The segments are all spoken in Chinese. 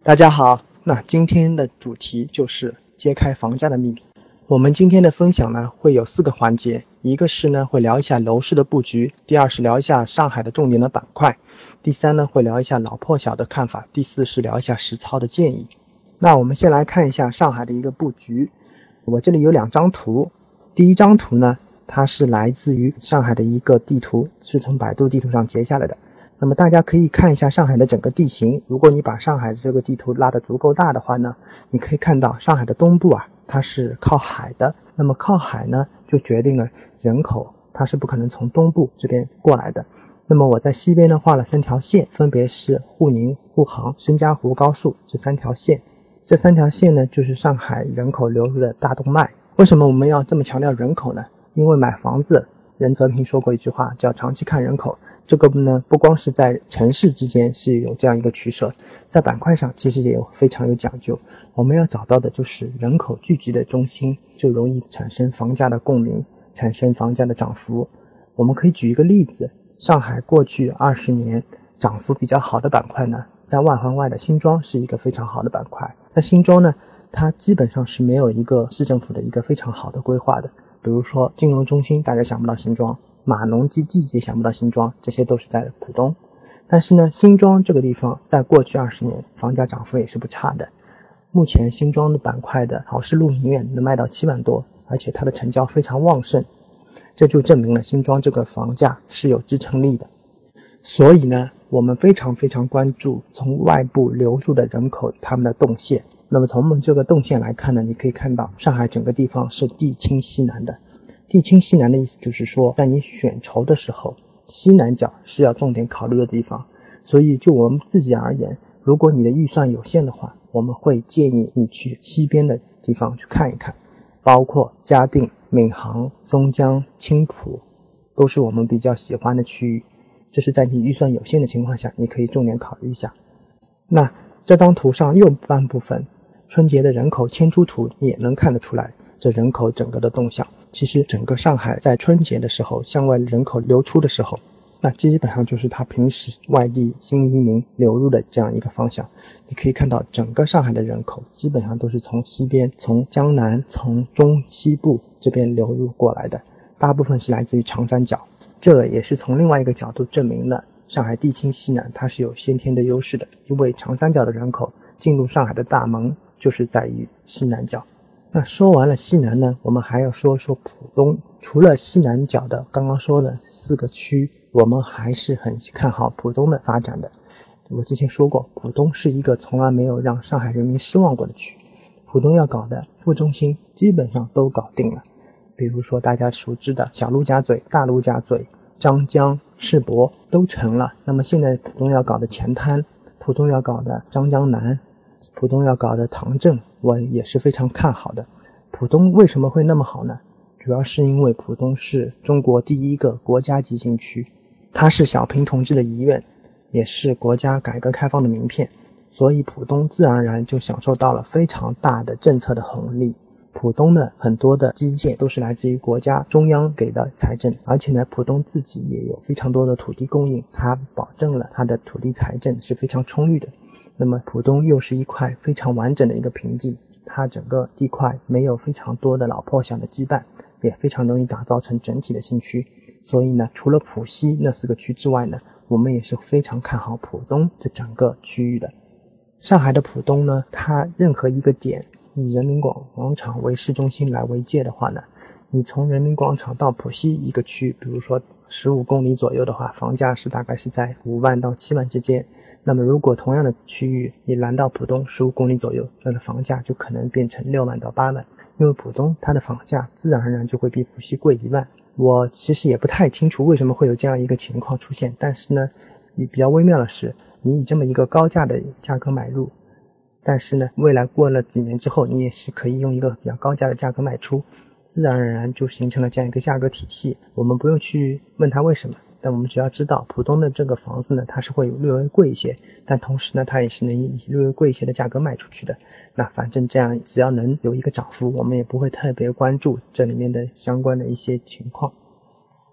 大家好，那今天的主题就是揭开房价的秘密。我们今天的分享呢，会有4个环节，一个是呢会聊一下楼市的布局，第二是聊一下上海的重点的板块，第三呢会聊一下老破小的看法，第四是聊一下实操的建议。那我们先来看一下上海的一个布局。我这里有2张图，第一张图呢，它是来自于上海的一个地图，是从百度地图上截下来的。那么大家可以看一下上海的整个地形，如果你把上海这个地图拉得足够大的话呢，你可以看到上海的东部它是靠海的，那么靠海呢就决定了人口它是不可能从东部这边过来的。那么我在西边呢画了3条线，分别是沪宁、沪杭、申嘉湖高速这3条线。这3条线呢就是上海人口流入的大动脉。为什么我们要这么强调人口呢？因为买房子，任泽平说过一句话叫长期看人口，这个呢不光是在城市之间是有这样一个取舍，在板块上其实也有非常有讲究。我们要找到的就是人口聚集的中心，就容易产生房价的共鸣，产生房价的涨幅。我们可以举一个例子，上海过去20年涨幅比较好的板块呢，在外环外的新庄是一个非常好的板块。在新庄呢，它基本上是没有一个市政府的一个非常好的规划的，比如说金融中心大家想不到新庄，码农基地也想不到新庄，这些都是在浦东。但是呢，新庄这个地方在过去20年房价涨幅也是不差的。目前新庄的板块的好事路名苑能卖到7万多，而且它的成交非常旺盛，这就证明了新庄这个房价是有支撑力的。所以呢，我们非常关注从外部流入的人口他们的动线。那么从我们这个动线来看呢，你可以看到上海整个地方是地倾西南的。地倾西南的意思就是说，在你选筹的时候，西南角是要重点考虑的地方。所以就我们自己而言，如果你的预算有限的话，我们会建议你去西边的地方去看一看，包括嘉定、闵行、松江、青浦，都是我们比较喜欢的区域。这是在你预算有限的情况下，你可以重点考虑一下。那这张图上右半部分春节的人口迁出图也能看得出来，这人口整个的动向。其实整个上海在春节的时候，向外人口流出的时候，那基本上就是它平时外地新移民流入的这样一个方向。你可以看到整个上海的人口基本上都是从西边、从江南、从中西部这边流入过来的，大部分是来自于长三角。这也是从另外一个角度证明了上海地倾西南它是有先天的优势的，因为长三角的人口进入上海的大门就是在于西南角。那说完了西南呢，我们还要说说浦东。除了西南角的刚刚说的4个区，我们还是很看好浦东的发展的。我之前说过，浦东是一个从来没有让上海人民失望过的区。浦东要搞的副中心基本上都搞定了，比如说大家熟知的小陆家嘴、大陆家嘴、张江、世博都成了。那么现在浦东要搞的前滩，浦东要搞的张江南，浦东要搞的唐镇，我也是非常看好的。浦东为什么会那么好呢？主要是因为浦东是中国第1个国家级景区，它是小平同志的遗愿，也是国家改革开放的名片，所以浦东自然而然就享受到了非常大的政策的红利。浦东的很多的基建都是来自于国家中央给的财政，而且呢，浦东自己也有非常多的土地供应，它保证了它的土地财政是非常充裕的。那么浦东又是一块非常完整的一个平地，它整个地块没有非常多的老破小的羁绊，也非常容易打造成整体的新区。所以呢，除了浦西那4个区之外呢，我们也是非常看好浦东这整个区域的。上海的浦东呢，它任何一个点以人民广场为市中心来为界的话呢，你从人民广场到浦西一个区，比如说15公里左右的话，房价是大概是在5万到7万之间。那么如果同样的区域你拦到浦东15公里左右，那个房价就可能变成6万到8万，因为浦东它的房价自然而然就会比浦西贵1万。我其实也不太清楚为什么会有这样一个情况出现，但是呢，也比较微妙的是，你以这么一个高价的价格买入，但是呢，未来过了几年之后，你也是可以用一个比较高价的价格卖出，自然而然就形成了这样一个价格体系。我们不用去问它为什么，但我们只要知道浦东的这个房子呢，它是会略微贵一些，但同时呢，它也是能以略微贵一些的价格卖出去的。那反正这样只要能有一个涨幅，我们也不会特别关注这里面的相关的一些情况。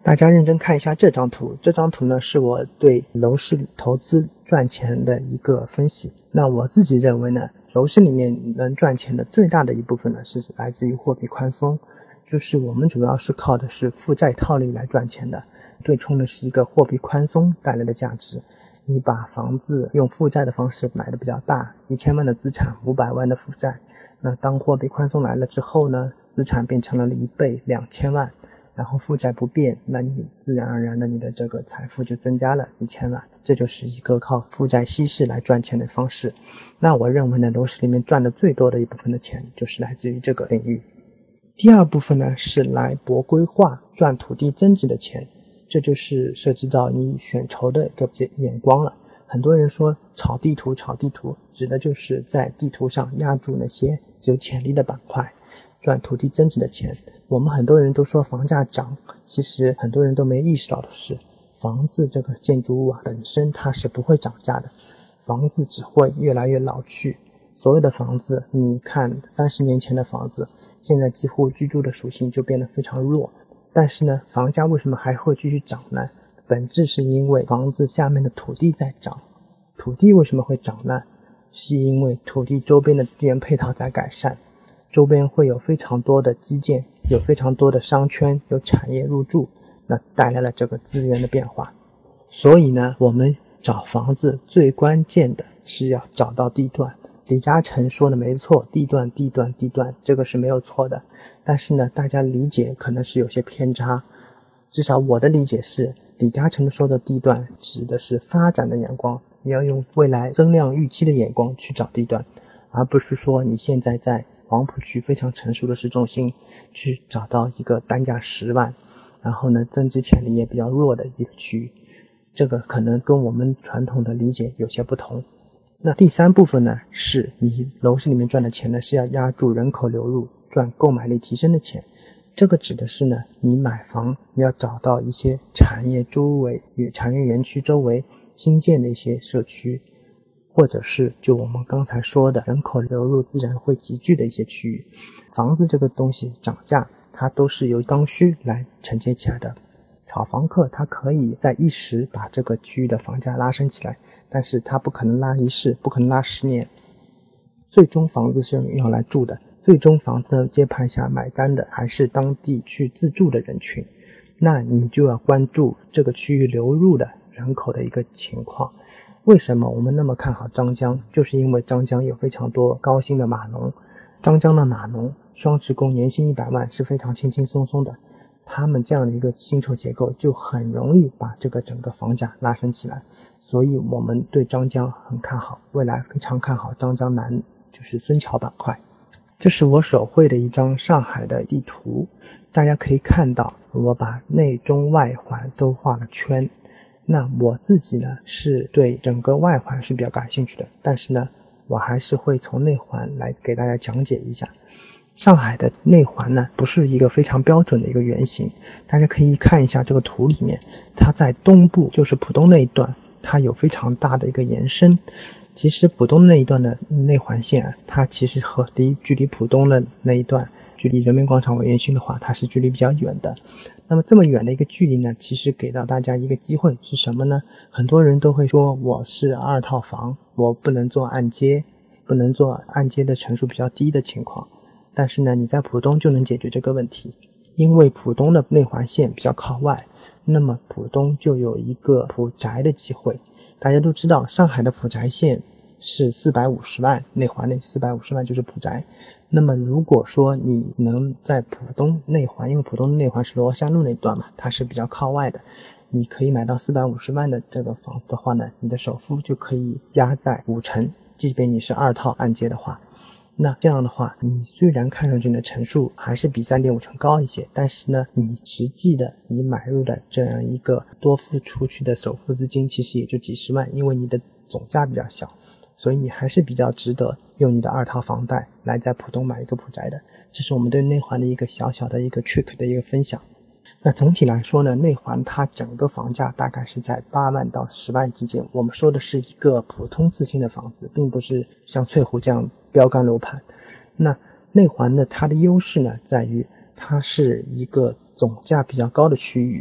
大家认真看一下这张图，这张图呢是我对楼市投资赚钱的一个分析。那我自己认为呢，楼市里面能赚钱的最大的一部分呢是来自于货币宽松，就是我们主要是靠的是负债套利来赚钱的，对冲的是一个货币宽松带来的价值。你把房子用负债的方式买的比较大，1000万的资产，500万的负债，那当货币宽松来了之后呢，资产变成了1倍，2000万，然后负债不变，那你自然而然的你的这个财富就增加了1000万，这就是一个靠负债稀释来赚钱的方式。那我认为呢，楼市里面赚的最多的一部分的钱就是来自于这个领域。第二部分呢是来博规划赚土地增值的钱，这就是涉及到你选筹的一个眼光了。很多人说炒地图，指的就是在地图上压住那些有潜力的板块，赚土地增值的钱。我们很多人都说房价涨，其实很多人都没意识到的是，房子这个建筑物本身它是不会涨价的，房子只会越来越老去。所有的房子，你看30年前的房子，现在几乎居住的属性就变得非常弱。但是呢，房价为什么还会继续涨呢？本质是因为房子下面的土地在涨。土地为什么会涨呢？是因为土地周边的资源配套在改善，周边会有非常多的基建，有非常多的商圈，有产业入驻，那带来了这个资源的变化。所以呢，我们找房子最关键的是要找到地段。李嘉诚说的没错，地段，这个是没有错的。但是呢，大家理解可能是有些偏差。至少我的理解是，李嘉诚说的地段指的是发展的眼光，你要用未来增量预期的眼光去找地段，而不是说你现在在黄浦区非常成熟的市中心去找到一个单价10万，然后呢增值潜力也比较弱的一个区域，这个可能跟我们传统的理解有些不同。那第三部分呢，是你楼市里面赚的钱呢，是要压住人口流入，赚购买力提升的钱。这个指的是呢，你买房你要找到一些产业周围与产业园区周围新建的一些社区，或者是就我们刚才说的人口流入自然会集聚的一些区域。房子这个东西涨价，它都是由刚需来承接起来的。炒房客他可以在一时把这个区域的房价拉升起来，但是他不可能拉一世，不可能拉10年。最终房子是要来住的，最终房子的接盘侠买单的还是当地去自住的人群。那你就要关注这个区域流入的人口的一个情况。为什么我们那么看好张江？就是因为张江有非常多高薪的码农，张江的码农双职工年薪100万是非常轻轻松松的，他们这样的一个薪酬结构就很容易把这个整个房价拉升起来。所以我们对张江很看好，未来非常看好张江南，就是孙桥板块。这是我手绘的一张上海的地图，大家可以看到我把内中外环都画了圈。那我自己呢是对整个外环是比较感兴趣的，但是呢我还是会从内环来给大家讲解一下。上海的内环呢不是一个非常标准的一个圆形，大家可以看一下这个图里面，它在东部就是浦东那一段，它有非常大的一个延伸。其实浦东那一段的内环线它其实和距离浦东的那一段，距离人民广场为圆心的话，它是距离比较远的。那么这么远的一个距离呢，其实给到大家一个机会是什么呢？很多人都会说我是2套房，我不能做按揭，不能做按揭的成数比较低的情况。但是呢，你在浦东就能解决这个问题，因为浦东的内环线比较靠外，那么浦东就有一个普宅的机会。大家都知道上海的普宅线是450万，内环内450万就是普宅。那么如果说你能在浦东内环，因为浦东的内环是罗山路那段嘛，它是比较靠外的，你可以买到450万的这个房子的话呢，你的首付就可以压在50%，即便你是2套按揭的话。那这样的话，你虽然看上去的成数还是比3.5成高一些，但是呢，你实际的你买入的这样一个多付出去的首付资金其实也就几十万，因为你的总价比较小，所以你还是比较值得用你的2套房贷来在浦东买一个普宅的。这是我们对内环的一个小小的一个 trick 的一个分享。那总体来说呢，内环它整个房价大概是在8万到10万之间。我们说的是一个普通次新的房子，并不是像翠湖这样标杆楼盘。那内环呢，它的优势呢，在于它是一个总价比较高的区域，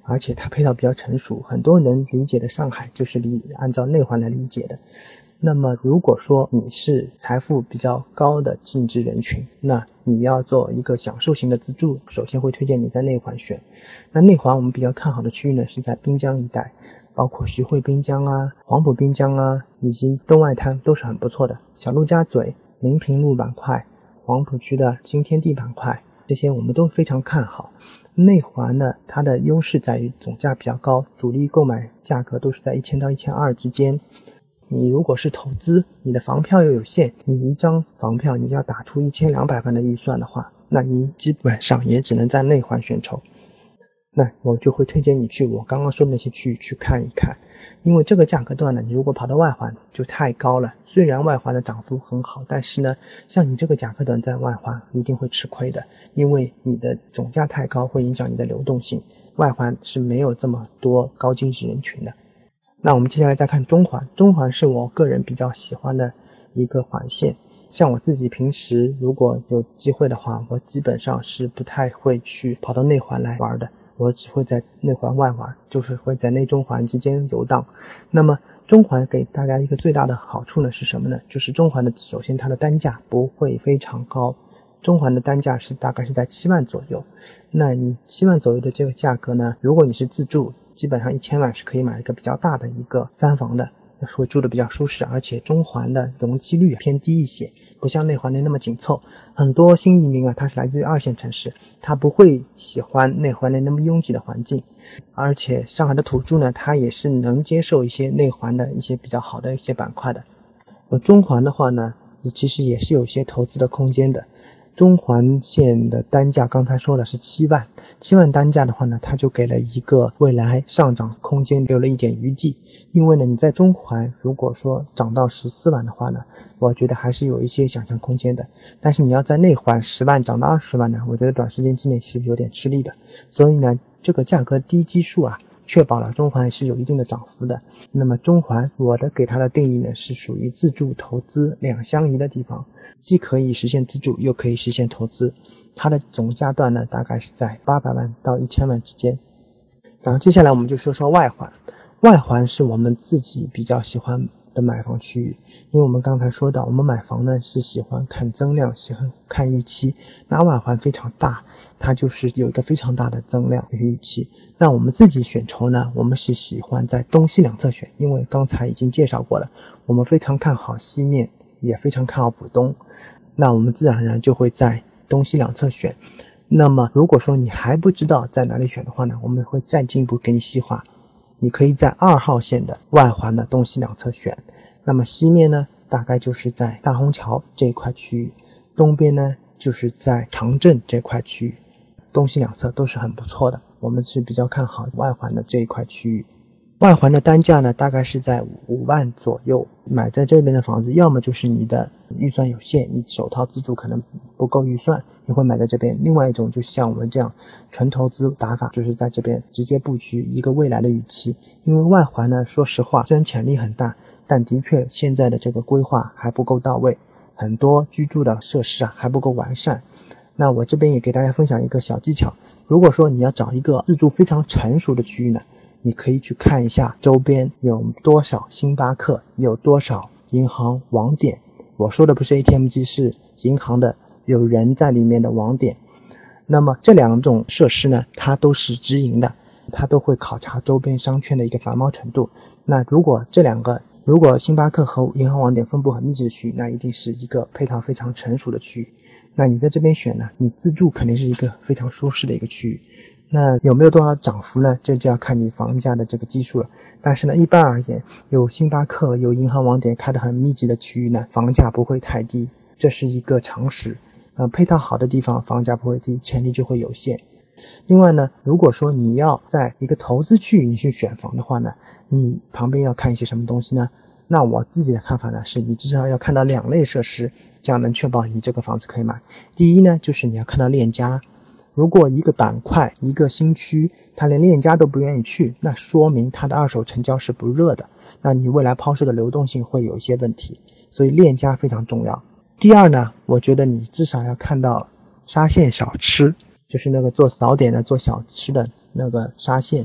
而且它配套比较成熟，很多人理解的上海就是按照内环来理解的。那么如果说你是财富比较高的净值人群，那你要做一个享受型的自住，首先会推荐你在内环选。那内环我们比较看好的区域呢，是在滨江一带，包括徐汇滨江啊、黄埔滨江啊，以及东外滩都是很不错的。小陆家嘴、临平路板块、黄埔区的新天地板块，这些我们都非常看好。内环呢，它的优势在于总价比较高，主力购买价格都是在1000到1200之间。你如果是投资，你的房票又有限，你一张房票你要打出1200万的预算的话，那你基本上也只能在内环选筹。那我就会推荐你去我刚刚说的那些区域去看一看，因为这个价格段呢，你如果跑到外环就太高了。虽然外环的涨幅很好，但是呢，像你这个价格段在外环一定会吃亏的，因为你的总价太高会影响你的流动性，外环是没有这么多高净值人群的。那我们接下来再看中环，中环是我个人比较喜欢的一个环线。像我自己平时如果有机会的话，我基本上是不太会去跑到内环来玩的，我只会在内环外玩，就是会在内中环之间游荡。那么中环给大家一个最大的好处呢是什么呢？就是中环的首先它的单价不会非常高，中环的单价大概是在7万左右。那你7万左右的这个价格呢，如果你是自住，基本上1000万是可以买一个比较大的一个3房的，会住的比较舒适，而且中环的容积率偏低一些，不像内环内那么紧凑。很多新移民啊，他是来自于2线城市，他不会喜欢内环内那么拥挤的环境，而且上海的土著呢，他也是能接受一些内环的一些比较好的一些板块的。中环的话呢，其实也是有一些投资的空间的。中环线的单价刚才说的是7万单价的话呢，它就给了一个未来上涨空间留了一点余地。因为呢，你在中环如果说涨到14万的话呢，我觉得还是有一些想象空间的。但是你要在内环10万涨到20万呢，我觉得短时间之内是有点吃力的。所以呢，这个价格低基数啊，确保了中环是有一定的涨幅的。那么中环我的给它的定义呢，是属于自住投资两相宜的地方，既可以实现自住又可以实现投资。它的总价段呢，大概是在800万到1000万之间。然后接下来我们就说说外环。外环是我们自己比较喜欢的买房区域，因为我们刚才说到，我们买房呢是喜欢看增量，喜欢看预期。那外环非常大，它就是有一个非常大的增量与预期。那我们自己选筹呢，我们是喜欢在东西两侧选，因为刚才已经介绍过了，我们非常看好西面，也非常看好浦东，那我们自然而然就会在东西两侧选。那么如果说你还不知道在哪里选的话呢，我们会再进一步给你细化。你可以在2号线的外环的东西两侧选，那么西面呢，大概就是在大虹桥这一块区域，东边呢就是在长镇这块区域，东西两侧都是很不错的，我们是比较看好外环的这一块区域。外环的单价呢，大概是在5万左右。买在这边的房子，要么就是你的预算有限，你首套自住可能不够预算，你会买在这边；另外一种就是像我们这样纯投资打法，就是在这边直接布局一个未来的预期。因为外环呢，说实话，虽然潜力很大，但的确现在的这个规划还不够到位，很多居住的设施啊还不够完善。那我这边也给大家分享一个小技巧，如果说你要找一个自住非常成熟的区域呢，你可以去看一下周边有多少星巴克，有多少银行网点。我说的不是 ATM 机，是银行的有人在里面的网点。那么这两种设施呢，它都是直营的，它都会考察周边商圈的一个繁忙程度。那如果星巴克和银行网点分布很密集的区域，那一定是一个配套非常成熟的区域。那你在这边选呢，你自住肯定是一个非常舒适的一个区域。那有没有多少涨幅呢？这就要看你房价的这个基数了。但是呢，一般而言，有星巴克、有银行网点开得很密集的区域呢，房价不会太低，这是一个常识。配套好的地方房价不会低，潜力就会有限。另外呢，如果说你要在一个投资区域你去选房的话呢，你旁边要看一些什么东西呢？那我自己的看法呢，是你至少要看到2类设施，这样能确保你这个房子可以买。第一呢，就是你要看到链家。如果一个板块一个新区它连链家都不愿意去，那说明它的二手成交是不热的，那你未来抛售的流动性会有一些问题，所以链家非常重要。第二呢，我觉得你至少要看到沙县小吃，就是那个做早点的做小吃的那个沙县，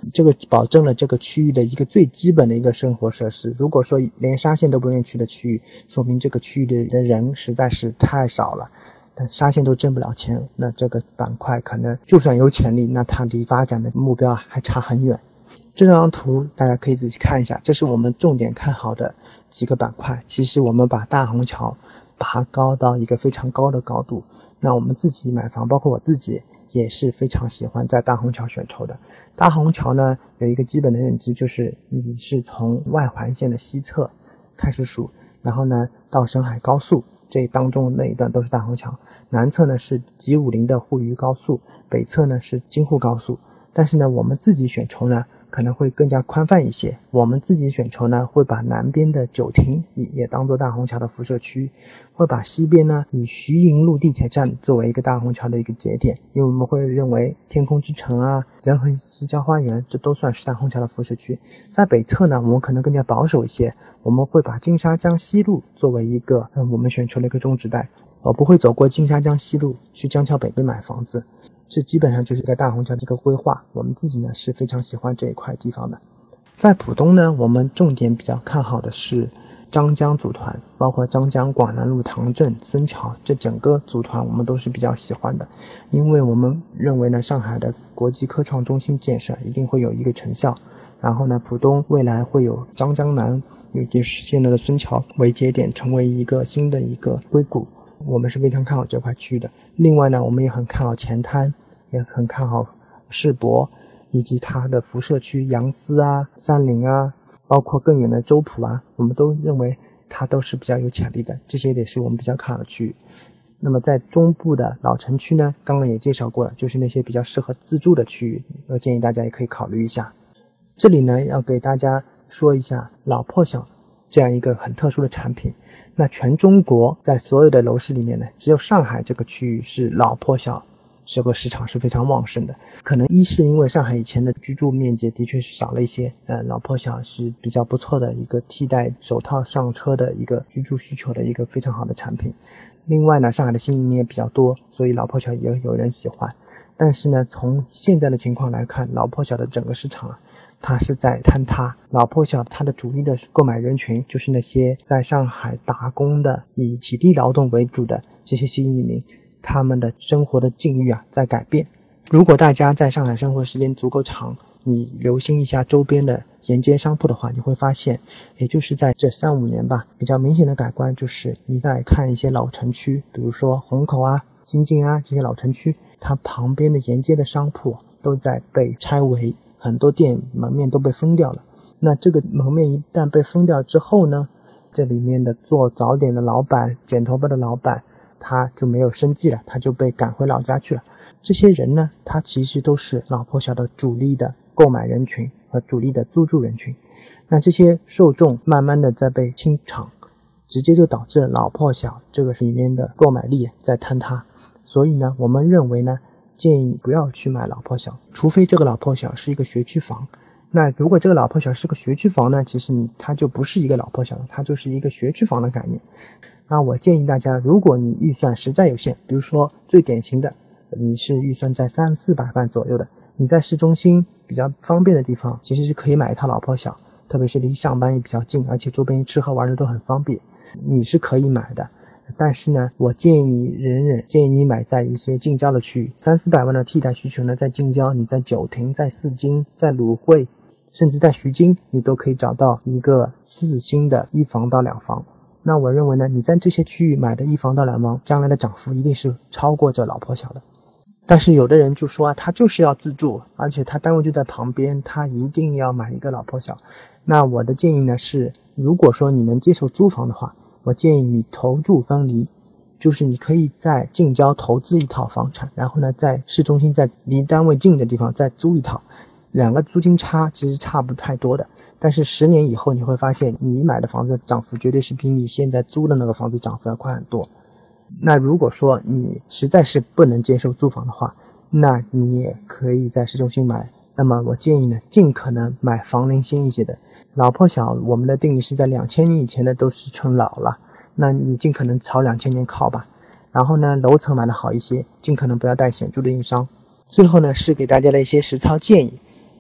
这个保证了这个区域的一个最基本的一个生活设施。如果说连沙县都不愿意去的区域，说明这个区域的人实在是太少了，但沙县都挣不了钱，那这个板块可能就算有潜力，那它离发展的目标还差很远。这张图大家可以仔细看一下，这是我们重点看好的几个板块。其实我们把大虹桥拔高到一个非常高的高度，那我们自己买房，包括我自己也是非常喜欢在大虹桥选筹的。大虹桥呢有一个基本的认知，就是你是从外环线的西侧开始数，然后呢到沈海高速，这当中那一段都是大虹桥。南侧呢是 G50 的沪渝高速，北侧呢是京沪高速。但是呢我们自己选筹呢可能会更加宽泛一些，我们自己选筹呢会把南边的九亭也当作大虹桥的辐射区，会把西边呢以徐营路地铁站作为一个大虹桥的一个节点，因为我们会认为天空之城啊、仁和西郊花园这都算是大虹桥的辐射区。在北侧呢我们可能更加保守一些，我们会把金沙江西路作为一个我们选筹的一个中直带，不会走过金沙江西路去江桥北边买房子。这基本上就是一个大虹桥的一个规划，我们自己呢是非常喜欢这一块地方的。在浦东呢，我们重点比较看好的是张江组团，包括张江、广南路、唐镇、孙桥，这整个组团我们都是比较喜欢的。因为我们认为呢，上海的国际科创中心建设一定会有一个成效，然后呢，浦东未来会有张江南，尤其是现在的孙桥为节点，成为一个新的一个硅谷，我们是非常看好这块区域的。另外呢，我们也很看好前滩，也很看好世博，以及它的辐射区杨思啊、三陵啊，包括更远的周浦啊，我们都认为它都是比较有潜力的，这些也是我们比较看好的区域。那么在中部的老城区呢，刚刚也介绍过了，就是那些比较适合自住的区域，我建议大家也可以考虑一下。这里呢，要给大家说一下老破小这样一个很特殊的产品。那全中国在所有的楼市里面呢，只有上海这个区域是老破小这个市场是非常旺盛的。可能一是因为上海以前的居住面积的确是小了一些，老破小是比较不错的一个替代首套上车的一个居住需求的一个非常好的产品。另外呢，上海的新移民也比较多，所以老破小也有人喜欢。但是呢，从现在的情况来看，老破小的整个市场它是在坍塌。老破小它的主力的购买人群就是那些在上海打工的以体力劳动为主的这些新移民，他们的生活的境遇在改变。如果大家在上海生活时间足够长，你留心一下周边的沿街商铺的话，你会发现也就是在这3-5年吧，比较明显的改观就是你在看一些老城区，比如说虹口啊、新泾啊这些老城区，它旁边的沿街的商铺都在被拆围，很多店门面都被封掉了。那这个门面一旦被封掉之后呢，这里面的做早点的老板、剪头发的老板他就没有生计了，他就被赶回老家去了。这些人呢，他其实都是老破小的主力的购买人群和主力的租住人群。那这些受众慢慢的在被清场，直接就导致老破小这个里面的购买力在坍塌。所以呢，我们认为呢，建议不要去买老破小，除非这个老破小是一个学区房。那如果这个老破小是个学区房呢，其实它就不是一个老破小，它就是一个学区房的概念。那我建议大家，如果你预算实在有限，比如说最典型的，你是预算在300-400万左右的，你在市中心比较方便的地方，其实是可以买一套老破小，特别是离上班也比较近，而且周边吃喝玩的都很方便，你是可以买的。但是呢，我建议你买在一些近郊的区域，300-400万的替代需求呢，在近郊，你在九亭、在四金、在鲁汇，甚至在徐泾，你都可以找到一个4星的1房到2房。那我认为呢，你在这些区域买的1房到2房，将来的涨幅一定是超过这老破小的。但是有的人就说他就是要自住，而且他单位就在旁边，他一定要买一个老破小。那我的建议呢是，如果说你能接受租房的话，我建议你投住分离，就是你可以在近郊投资一套房产，然后呢在市中心，在离单位近的地方再租一套，两个租金差其实差不太多的，但是10年以后你会发现你买的房子涨幅绝对是比你现在租的那个房子涨幅要快很多。那如果说你实在是不能接受租房的话，那你也可以在市中心买。那么我建议呢，尽可能买房龄新一些的。老破小我们的定义是在2000年以前的都是称老了，那你尽可能朝2000年靠吧。然后呢，楼层买的好一些，尽可能不要带显著的硬伤。最后呢，是给大家的一些实操建议。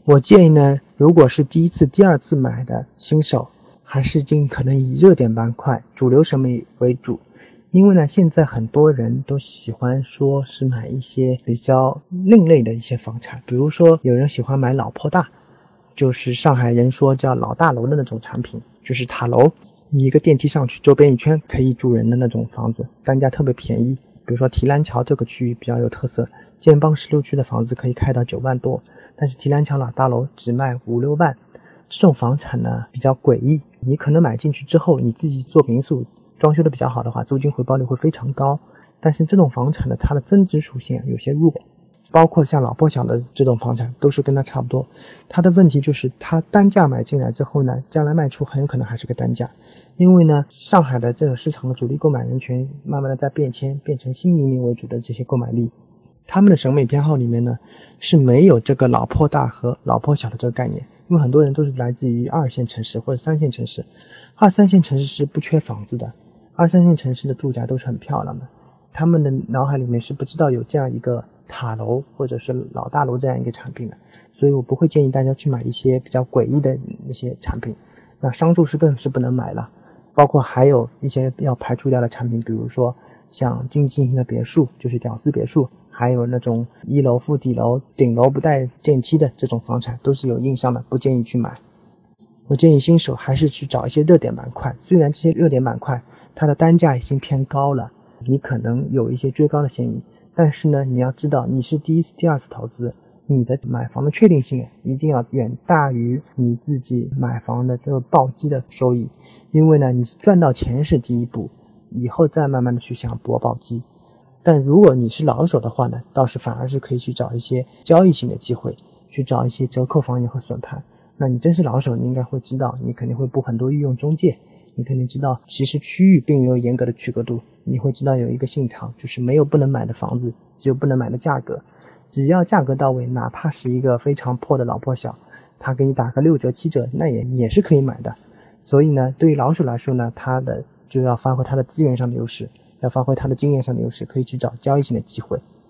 我建议呢，如果是第一次、第二次买的新手，还是尽可能以热点板块、主流审美为主。因为呢，现在很多人都喜欢说是买一些比较另类的一些房产，比如说有人喜欢买老破大，就是上海人说叫老大楼的那种产品，就是塔楼，你一个电梯上去，周边一圈可以住人的那种房子，单价特别便宜。比如说提篮桥这个区域比较有特色，建邦16区的房子可以开到9万多，但是提篮桥老大楼只卖5-6万。这种房产呢比较诡异，你可能买进去之后，你自己做民宿装修的比较好的话，租金回报率会非常高，但是这种房产呢，它的增值属性有些弱，包括像老破小的这种房产都是跟它差不多。它的问题就是它单价买进来之后呢，将来卖出很有可能还是个单价。因为呢，上海的这个市场的主力购买人群慢慢的在变迁，变成新移民为主的这些购买力，他们的审美偏好里面呢是没有这个老破大和老破小的这个概念。因为很多人都是来自于2线城市或者3线城市，2、3线城市是不缺房子的，2、3线城市的住宅都是很漂亮的，他们的脑海里面是不知道有这样一个塔楼或者是老大楼这样一个产品的，所以我不会建议大家去买一些比较诡异的那些产品。那商住是更是不能买了，包括还有一些要排除掉的产品，比如说像经济型的别墅，就是屌丝别墅，还有那种1楼负底楼、顶楼不带电梯的这种房产，都是有硬伤的，不建议去买。我建议新手还是去找一些热点板块，虽然这些热点板块它的单价已经偏高了，你可能有一些追高的嫌疑，但是呢，你要知道你是第一次、第二次投资，你的买房的确定性一定要远大于你自己买房的这个暴击的收益。因为呢，你赚到钱是第一步，以后再慢慢的去想搏暴击。但如果你是老手的话呢，倒是反而是可以去找一些交易性的机会，去找一些折扣房源和损盘。那你真是老手，你应该会知道，你肯定会布很多御用中介，你肯定知道其实区域并没有严格的区隔度，你会知道有一个信条，就是没有不能买的房子，只有不能买的价格。只要价格到位，哪怕是一个非常破的老破小，他给你打个6折7折，那也是可以买的。所以呢，对于老手来说呢，就要发挥他的资源上的优势，要发挥他的经验上的优势，可以去找交易性的机会。